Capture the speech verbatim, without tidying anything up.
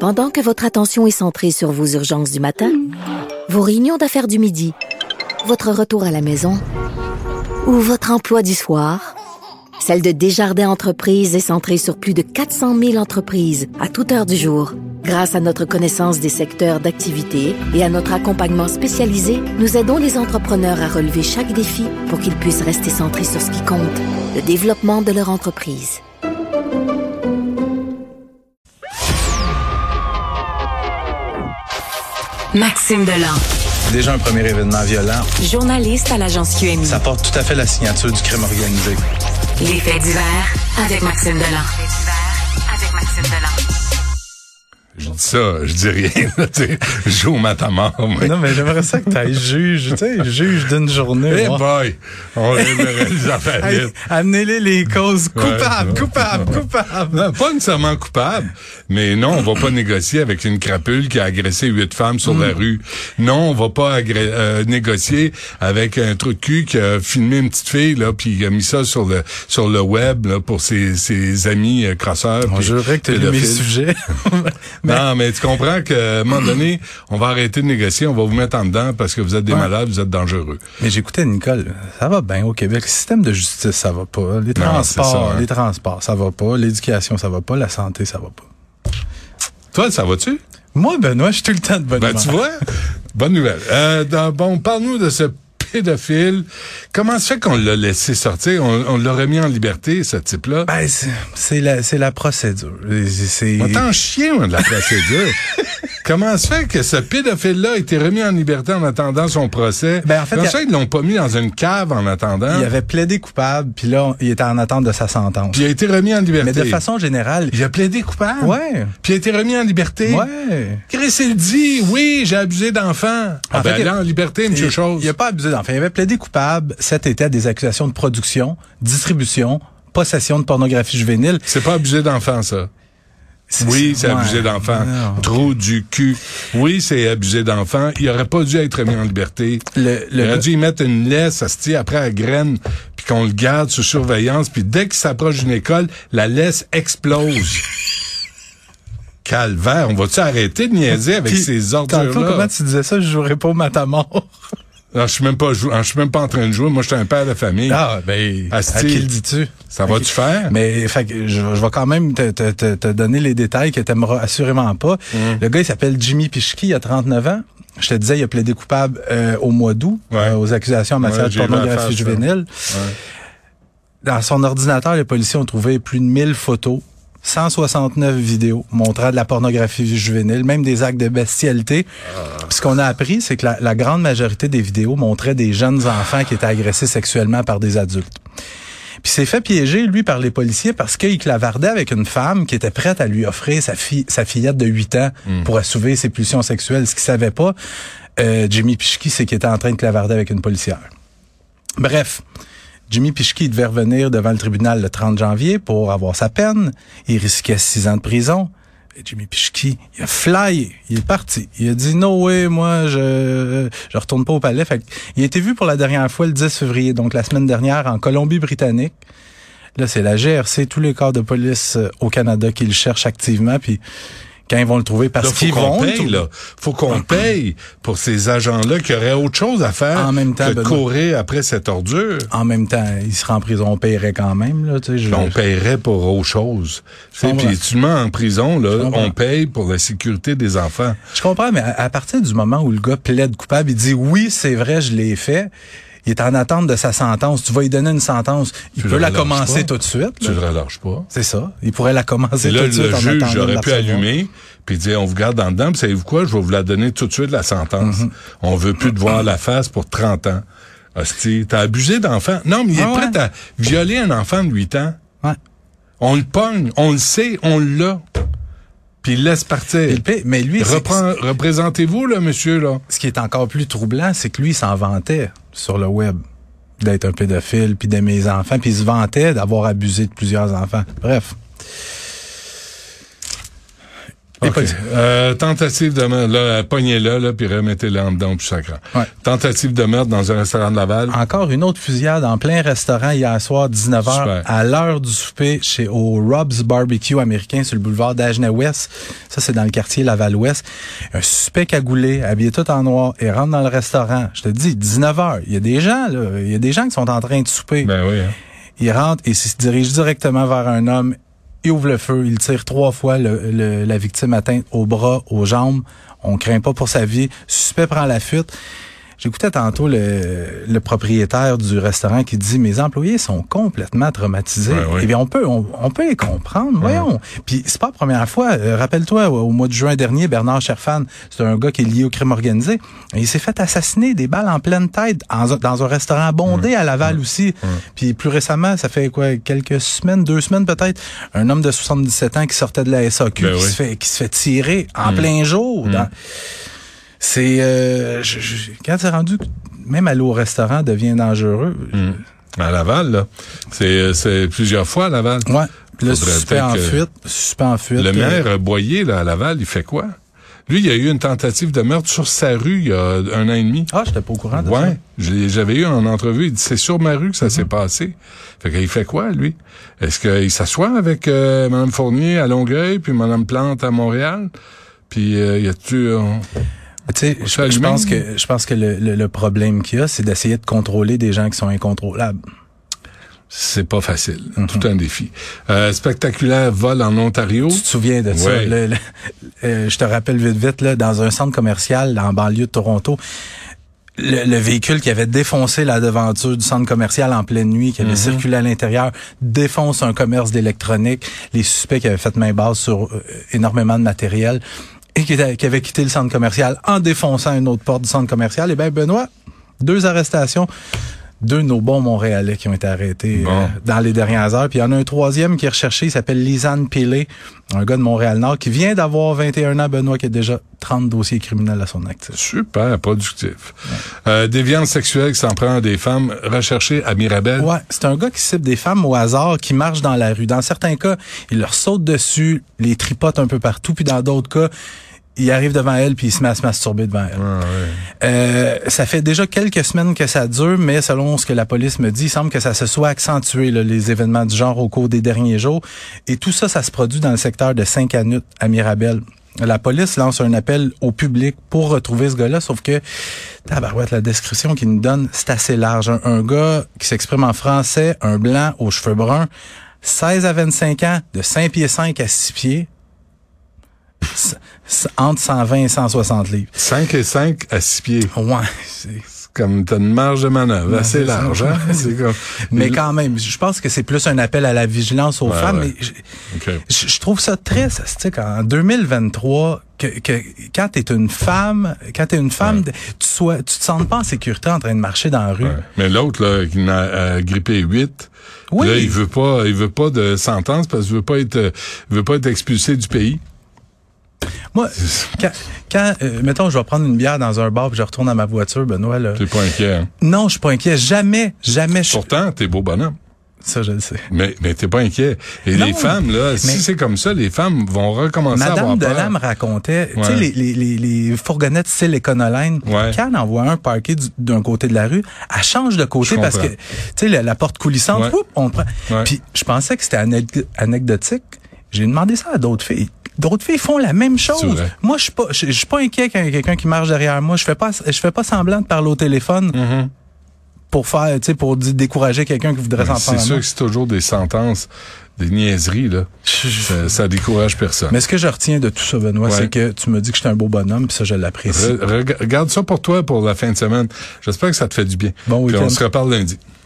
Pendant que votre attention est centrée sur vos urgences du matin, vos réunions d'affaires du midi, votre retour à la maison ou votre emploi du soir, celle de Desjardins Entreprises est centrée sur plus de quatre cent mille entreprises à toute heure du jour. Grâce à notre connaissance des secteurs d'activité et à notre accompagnement spécialisé, nous aidons les entrepreneurs à relever chaque défi pour qu'ils puissent rester centrés sur ce qui compte, le développement de leur entreprise. Maxime Delan. Déjà un premier événement violent. Journaliste à l'agence Q M I. Ça porte tout à fait la signature du crime organisé. Les faits divers avec Maxime Delan. Les faits divers avec Maxime Delan. Je dis ça, je dis rien, tu sais, je joue au matamor. Mais... Non, mais j'aimerais ça que tu ailles juge, tu sais, juge d'une journée. Eh hey boy, on révélerait les affaires. Hey, amenez-les les causes coupables, ouais, coupables, ouais. coupables. Non, pas nécessairement coupables, mais non, on va pas négocier avec une crapule qui a agressé huit femmes sur mm. la rue. Non, on va pas agré- euh, négocier avec un trou de cul qui a filmé une petite fille, là, puis il a mis ça sur le sur le web, là, pour ses, ses amis euh, crosseurs. On jurerait que tu as lu mes sujets. Mais... Non, mais tu comprends qu'à un moment donné, on va arrêter de négocier, on va vous mettre en dedans parce que vous êtes des ouais. malades, vous êtes dangereux. Mais j'écoutais Nicole, ça va bien au Québec. Le système de justice, ça va pas. Les non, transports, ça, hein. les transports, ça va pas. L'éducation, ça va pas. La santé, ça va pas. Toi, ça va-tu? Moi, Benoît, je suis tout le temps de bonne humeur. Ben, tu vois? Bonne nouvelle. Euh, dans, bon, parle-nous de ce pédophile. Comment se fait qu'on l'a laissé sortir? On, on l'a remis en liberté, ce type-là? Ben, c'est, c'est la, c'est la procédure. C'est... On t'en chien, moi, de la procédure. Comment se fait que ce pédophile-là a été remis en liberté en attendant son procès? Ben, en fait, Comment ça, a... ils l'ont pas mis dans une cave en attendant? Il avait plaidé coupable, puis là, il était en attente de sa sentence. Puis il a été remis en liberté. Mais de façon générale... Il a plaidé coupable? Ouais. Puis il a été remis en liberté? Ouais. Chris, il dit, oui, j'ai abusé d'enfants. Ah en ben, fait, là, en liberté, monsieur il, Chose. Il a pas abusé d'enfants. Il avait plaidé coupable cet été à des accusations de production, distribution, possession de pornographie juvénile. C'est pas abusé d'enfants, ça. C'est, oui, c'est ouais, abusé d'enfants. Non. Trou du cul. Oui, c'est abusé d'enfants. Il aurait pas dû être mis en liberté. Le, le, il aurait dû y mettre une laisse, asti, après à graine, puis qu'on le garde sous surveillance, puis dès qu'il s'approche d'une école, la laisse explose. Calvaire, on va-tu arrêter de niaiser avec puis, ces ordures-là? Tantôt, comment tu disais ça? Je jouerais pas au matamor. Alors, je suis même pas jou- je suis même pas en train de jouer. Moi, je suis un père de famille. Ah, ben, Asti, à qui le dis-tu? Ça va-tu okay. faire? Mais, fait que, je, je vais quand même te, te, te, te donner les détails que t'aimeras assurément pas. Mm. Le gars, il s'appelle Jimmy Pischke, il a trente-neuf ans. Je te disais, il a plaidé coupable euh, au mois d'août, ouais. euh, aux accusations en matière ouais, de pornographie juvénile. Ouais. Dans son ordinateur, les policiers ont trouvé plus de mille photos, cent soixante-neuf vidéos montrant de la pornographie juvénile, même des actes de bestialité. Ah. Puis ce qu'on a appris, c'est que la, la grande majorité des vidéos montraient des jeunes enfants qui étaient agressés sexuellement par des adultes. Puis s'est fait piéger, lui, par les policiers parce qu'il clavardait avec une femme qui était prête à lui offrir sa, fille, sa fillette de huit ans mm. pour assouvir ses pulsions sexuelles. Ce qu'il savait pas, euh, Jimmy Pischke, c'est qu'il était en train de clavarder avec une policière. Bref. Jimmy Pischke devait revenir devant le tribunal le trente janvier pour avoir sa peine. Il risquait six ans de prison. Et Jimmy Pischke, il a flyé. Il est parti. Il a dit, no way, moi, je je retourne pas au palais. Fait il a été vu pour la dernière fois le dix février, donc la semaine dernière, en Colombie-Britannique. Là, c'est la G R C, tous les corps de police au Canada qui le cherchent activement, puis quand ils vont le trouver, parce là, qu'ils vont paye, là. Faut qu'on mm-hmm. paye pour ces agents-là qui auraient autre chose à faire en même temps, que de courir après cette ordure. En même temps, ils seraient en prison, on paierait quand même, là, tu sais. Je... On paierait pour autre chose. Puis tu mets en prison, là, on paye pour la sécurité des enfants. Je comprends, mais à, à partir du moment où le gars plaide coupable, il dit oui, c'est vrai, je l'ai fait. Il est en attente de sa sentence. Tu vas lui donner une sentence. Il tu peut la commencer pas. tout de suite. Là. Tu le relâches pas. C'est ça. Il pourrait la commencer là, tout de suite. Le juge aurait pu allumer puis dire, on vous garde en dedans, puis savez-vous quoi? Je vais vous la donner tout de suite, la sentence. Mm-hmm. On veut plus te voir la face pour trente ans. Hostie, t'as abusé d'enfant. Non, mais il est ah, prêt ouais. à violer un enfant de huit ans. Ouais. On le pogne, on le sait, on l'a. Puis il laisse partir. Il mais lui, Reprend, c'est... représentez-vous, là, monsieur, là. Ce qui est encore plus troublant, c'est que lui, il s'en vantait sur le web d'être un pédophile, puis d'aimer les enfants, puis il se vantait d'avoir abusé de plusieurs enfants. Bref. Okay. Euh, tentative de meurtre, là, pognez-la, là, puis remettez-la en dedans, puis sacrant. Ouais. Tentative de meurtre dans un restaurant de Laval. Encore une autre fusillade en plein restaurant hier soir, dix-neuf heures, Super. À l'heure du souper, chez au Rob's Barbecue américain sur le boulevard d'Agenais-Ouest. Ça, c'est dans le quartier Laval-Ouest. Un suspect cagoulé, habillé tout en noir, et rentre dans le restaurant. Je te dis, dix-neuf heures. Il y a des gens, là, il y a des gens qui sont en train de souper. Ben oui, hein. Il rentre et se dirige directement vers un homme. Il ouvre le feu, il tire trois fois le, le, la victime atteinte au bras, aux jambes. On craint pas pour sa vie. Le suspect prend la fuite. J'écoutais tantôt le, le propriétaire du restaurant qui dit « Mes employés sont complètement traumatisés. Ouais, » ouais. Eh bien, on peut, on, on peut les comprendre, voyons. Ouais. Puis c'est pas la première fois. Euh, rappelle-toi, au mois de juin dernier, Bernard Cherfan, c'est un gars qui est lié au crime organisé. Il s'est fait assassiner des balles en pleine tête en, dans un restaurant bondé ouais. à Laval ouais. aussi. Ouais. Puis plus récemment, ça fait quoi, quelques semaines, deux semaines peut-être, un homme de soixante-dix-sept ans qui sortait de la S A Q, ben qui, ouais. se fait, qui se fait tirer en mmh. plein jour. Mmh. Dans, C'est euh, je, je, quand c'est rendu, même aller au restaurant devient dangereux. Mmh. À Laval, là, c'est c'est plusieurs fois à Laval. Ouais. Le suspect en fuite, suspect en fuite. Le maire euh, Boyer là à Laval, il fait quoi? Lui, il y a eu une tentative de meurtre sur sa rue il y a un an et demi. Ah, j'étais pas au courant de ouais, ça. Ouais, j'avais eu en entrevue, il dit c'est sur ma rue que ça mm-hmm. s'est passé. Fait qu'il fait quoi, lui? Est-ce qu'il s'assoit avec euh, Mme Fournier à Longueuil, puis Mme Plante à Montréal? Puis euh, y a-tu... Euh, Tu sais, je, je pense que je pense que le, le, le problème qu'il y a, c'est d'essayer de contrôler des gens qui sont incontrôlables. C'est pas facile. Mm-hmm. Tout un défi. Euh, spectaculaire vol en Ontario. Tu te souviens de ouais. ça? Le, le, euh, je te rappelle vite vite, là, dans un centre commercial en banlieue de Toronto, le, le véhicule qui avait défoncé la devanture du centre commercial en pleine nuit, qui avait mm-hmm. circulé à l'intérieur, défonce un commerce d'électronique. Les suspects qui avaient fait main basse sur euh, énormément de matériel et qui, qui avait quitté le centre commercial en défonçant une autre porte du centre commercial. Eh bien, Benoît, deux arrestations. Deux de nos bons Montréalais qui ont été arrêtés bon. euh, dans les dernières heures. Puis il y en a un troisième qui est recherché, il s'appelle Lisanne Pélé, un gars de Montréal-Nord, qui vient d'avoir vingt et un ans, Benoît, qui a déjà trente dossiers criminels à son actif. Super, productif. Ouais. Euh, déviance sexuelle qui s'en prend à des femmes recherchées à Mirabel. Ouais, c'est un gars qui cible des femmes au hasard, qui marchent dans la rue. Dans certains cas, il leur saute dessus, les tripote un peu partout, puis dans d'autres cas, il arrive devant elle puis il se met à se masturber devant elle. Ah, ouais. euh, ça fait déjà quelques semaines que ça dure, mais selon ce que la police me dit, il semble que ça se soit accentué, là, les événements du genre au cours des derniers jours. Et tout ça, ça se produit dans le secteur de Saint-Canute à Mirabel. La police lance un appel au public pour retrouver ce gars-là, sauf que, tabarouette, la description qu'il nous donne, c'est assez large. Un, un gars qui s'exprime en français, un blanc aux cheveux bruns, seize à vingt-cinq ans, de cinq pieds cinq à six pieds, entre cent vingt et cent soixante livres. cinq et cinq à six pieds. Ouais. C'est comme t'as une marge de manœuvre assez large, hein? C'est comme... Mais quand même, je pense que c'est plus un appel à la vigilance aux ouais, femmes. Ouais. Mais je, okay. je, je trouve ça très sastique en deux mille vingt-trois que, que quand t'es une femme, quand t'es une femme, ouais. tu sois, tu te sens pas en sécurité en train de marcher dans la rue. Ouais. Mais l'autre là, qui a euh, grippé huit. Oui. Là, il veut pas, il veut pas de sentence parce qu'il veut pas être, euh, il veut pas être expulsé du pays. Moi, quand, quand euh, mettons, je vais prendre une bière dans un bar puis je retourne à ma voiture, Benoît, là. T'es pas inquiet, hein? Non, je suis pas inquiet. Jamais, jamais. Je... Pourtant, t'es beau bonhomme. Ça, je le sais. Mais, mais t'es pas inquiet. Et non, les femmes, là, mais... si c'est comme ça, les femmes vont recommencer Madame à avoir peur. Madame Delam racontait, ouais. tu sais, les, les, les, les fourgonnettes style Econoline, ouais. quand elle en voit un parqué du, d'un côté de la rue, elle change de côté parce que, tu sais, la, la porte coulissante, ouais. oups, on prend. Ouais. Puis, je pensais que c'était anecd- anecdotique. J'ai demandé ça à d'autres filles. D'autres filles font la même chose. Moi, je suis pas, je suis pas inquiet quand il y a quelqu'un qui marche derrière moi. Je fais pas, je fais pas semblant de parler au téléphone mm-hmm. pour faire, tu sais, pour décourager quelqu'un qui voudrait s'en prendre. C'est sûr que c'est toujours des sentences, des niaiseries là. ça, ça décourage personne. Mais ce que je retiens de tout ça, Benoît, ouais. c'est que tu me dis que je suis un beau bonhomme, puis ça, je l'apprécie. Re- regarde ça pour toi pour la fin de semaine. J'espère que ça te fait du bien. Bon week-end. Puis on se reparle lundi.